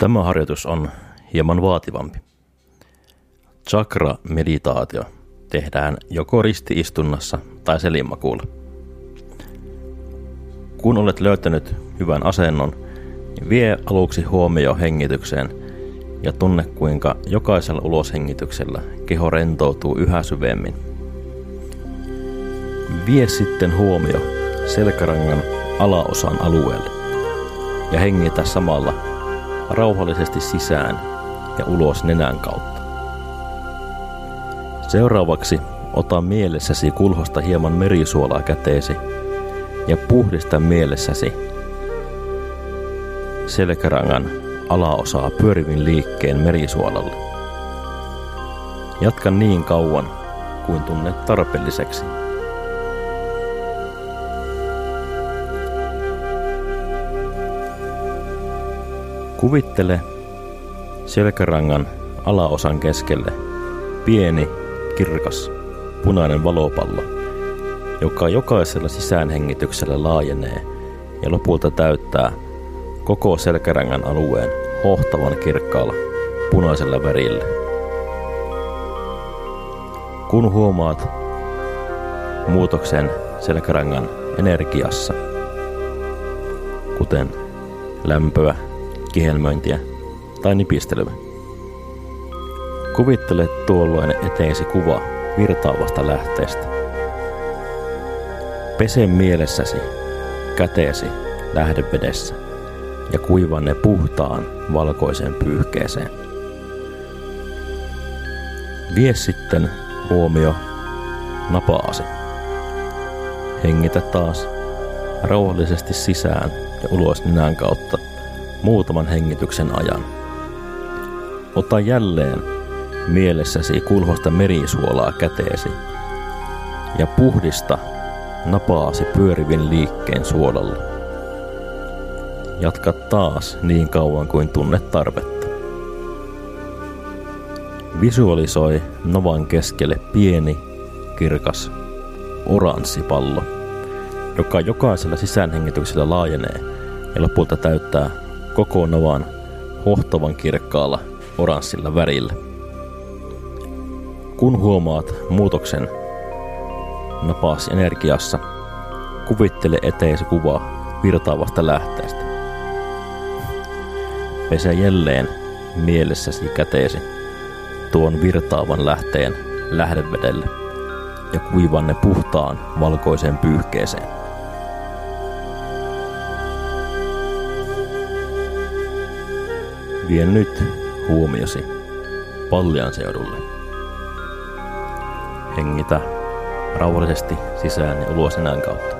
Tämä harjoitus on hieman vaativampi. Chakra-meditaatio tehdään joko risti-istunnassa tai selinmakuulla. Kun olet löytänyt hyvän asennon, niin vie aluksi huomio hengitykseen ja tunne, kuinka jokaisella uloshengityksellä keho rentoutuu yhä syvemmin. Vie sitten huomio selkärangan alaosan alueelle ja hengitä samalla rauhallisesti sisään ja ulos nenän kautta. Seuraavaksi ota mielessäsi kulhosta hieman merisuolaa käteesi ja puhdista mielessäsi selkärangan alaosaa pyörivin liikkeen merisuolalle. Jatka niin kauan kuin tunnet tarpeelliseksi. Kuvittele selkärangan alaosan keskelle pieni, kirkas, punainen valopallo, joka jokaisella sisäänhengityksellä laajenee ja lopulta täyttää koko selkärangan alueen hohtavan kirkkaalla punaisella värillä. Kun huomaat muutoksen selkärangan energiassa, kuten lämpöä, kihelmöintiä tai nipistelyä, kuvittele tuolloin eteesi kuva virtaavasta lähteestä. Pese mielessäsi käteesi lähdevedessä ja kuiva ne puhtaan valkoiseen pyyhkeeseen. Vie sitten huomio napaasi. Hengitä taas rauhallisesti sisään ja ulos nenän kautta muutaman hengityksen ajan. Ota jälleen mielessäsi kulhosta merisuolaa käteesi ja puhdista napaasi pyörivin liikkeen suolalla. Jatka taas niin kauan kuin tunnet tarvetta. Visualisoi navan keskelle pieni, kirkas, oranssi pallo, joka jokaisella sisäänhengityksellä laajenee ja lopulta täyttää koko navan hohtavan kirkkaalla oranssilla värillä. Kun huomaat muutoksen napaasi energiassa, kuvittele eteesi kuvaa virtaavasta lähteestä. Pese jälleen mielessäsi käteesi tuon virtaavan lähteen lähdevedelle ja kuiva ne puhtaan valkoiseen pyyhkeeseen. Vie nyt huomiosi Pallian seudulle. Hengitä rauhallisesti sisään ja ulos nenän kautta.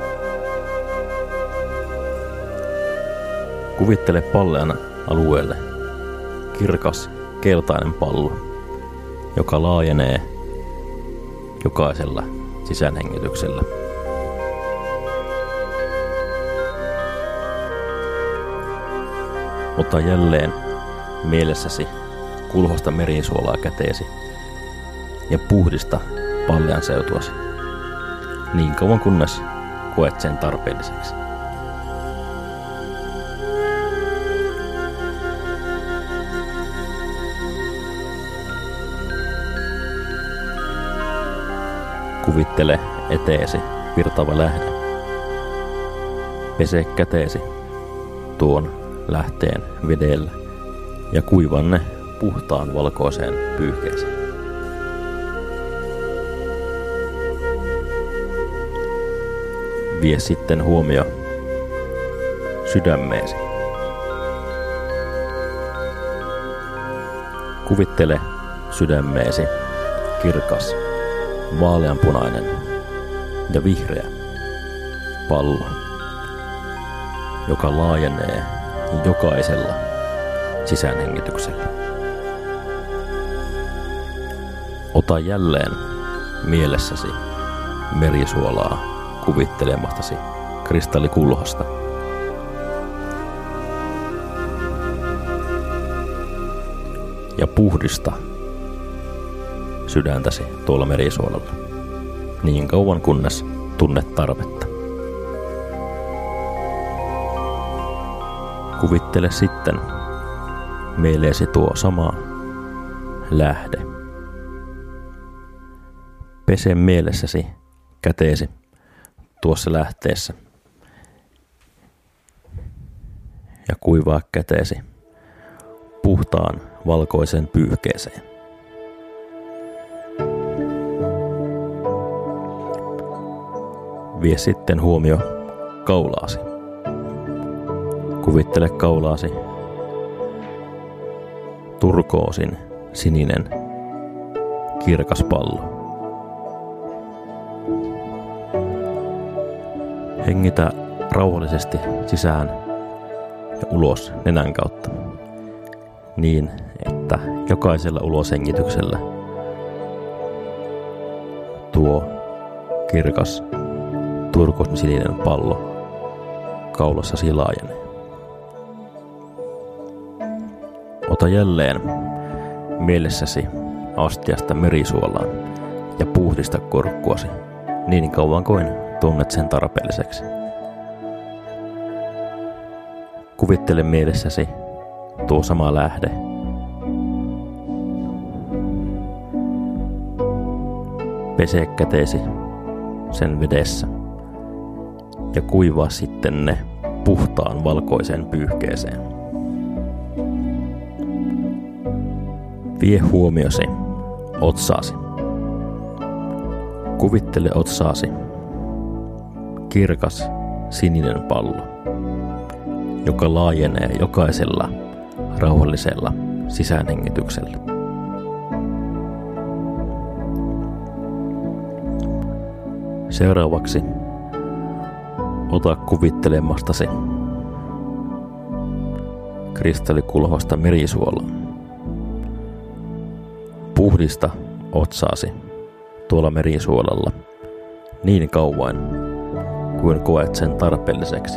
Kuvittele Pallian alueelle kirkas keltainen pallo, joka laajenee jokaisella sisäänhengityksellä. Ota jälleen mielessäsi kulhosta merisuolaa käteesi ja puhdista Pallian seutuasi niin kauan kunnes koet sen tarpeelliseksi. Kuvittele eteesi virtaava lähde. Pese käteesi tuon lähteen vedellä ja kuivanne puhtaan valkoiseen pyyhkeeseen. Vie sitten huomio sydämeesi. Kuvittele sydämeesi kirkas, vaaleanpunainen ja vihreä pallo, joka laajenee jokaisella sisäänhengityksellä. Ota jälleen mielessäsi merisuolaa kuvittelemastasi kristallikulhosta. Ja puhdista sydäntäsi tuolla merisuolalla niin kauan kunnes tunnet tarvetta. Kuvittele sitten mieleesi tuo sama lähde. Pese mielessäsi käteesi tuossa lähteessä ja kuivaa käteesi puhtaan valkoisen pyyhkeeseen. Vie sitten huomio kaulaasi. Kuvittele kaulaasi turkoosin sininen kirkas pallo. Hengitä rauhallisesti sisään ja ulos nenän kautta niin, että jokaisella uloshengityksellä tuo kirkas turkoosin-sininen pallo kaulassasi laajenee. Ota jälleen mielessäsi astiasta merisuolaan ja puhdista kurkkuasi niin kauan kuin tunnet sen tarpeelliseksi. Kuvittele mielessäsi tuo sama lähde. Pese käteesi sen vedessä ja kuivaa sitten ne puhtaan valkoiseen pyyhkeeseen. Vie huomiosi otsaasi. Kuvittele otsaasi kirkas sininen pallo, joka laajenee jokaisella rauhallisella sisäänhengityksellä. Seuraavaksi ota kuvittelemastasi kristallikulhosta merisuolaa. Puhdista otsaasi tuolla merisuolalla niin kauan kuin koet sen tarpeelliseksi.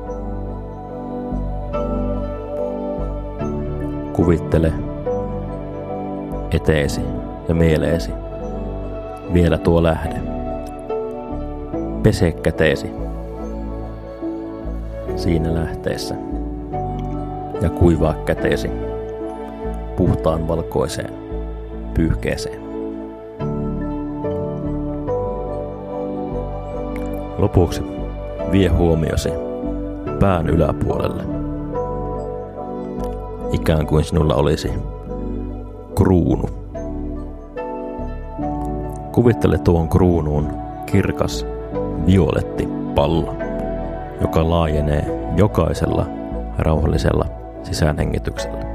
Kuvittele eteesi ja mieleesi vielä tuo lähde. Pese käteesi siinä lähteessä ja kuivaa käteesi puhtaan valkoiseen pyyhkeeseen. Lopuksi vie huomiosi pään yläpuolelle, ikään kuin sinulla olisi kruunu. Kuvittele tuon kruunuun kirkas violetti pallo, joka laajenee jokaisella rauhallisella sisäänhengityksellä.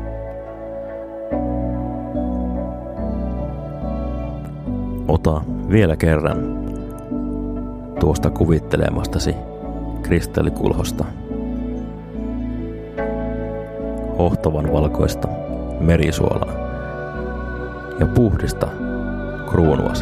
Ota vielä kerran tuosta kuvittelemastasi kristallikulhosta hohtavan valkoista merisuolaa ja puhdista kruunuasi.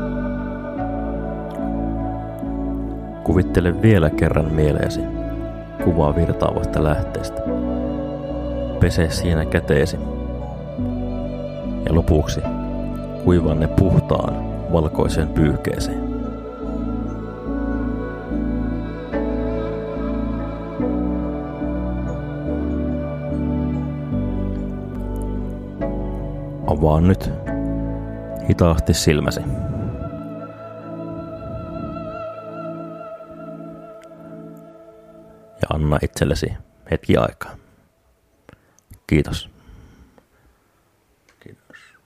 Kuvittele vielä kerran mieleesi kuvaa virtaavasta lähteestä. Pese siinä käteesi ja lopuksi kuivaa ne puhtaan valkoiseen pyyhkeeseen. Avaa nyt hitaasti silmäsi. Ja anna itsellesi hetki aikaa. Kiitos. Kiitos.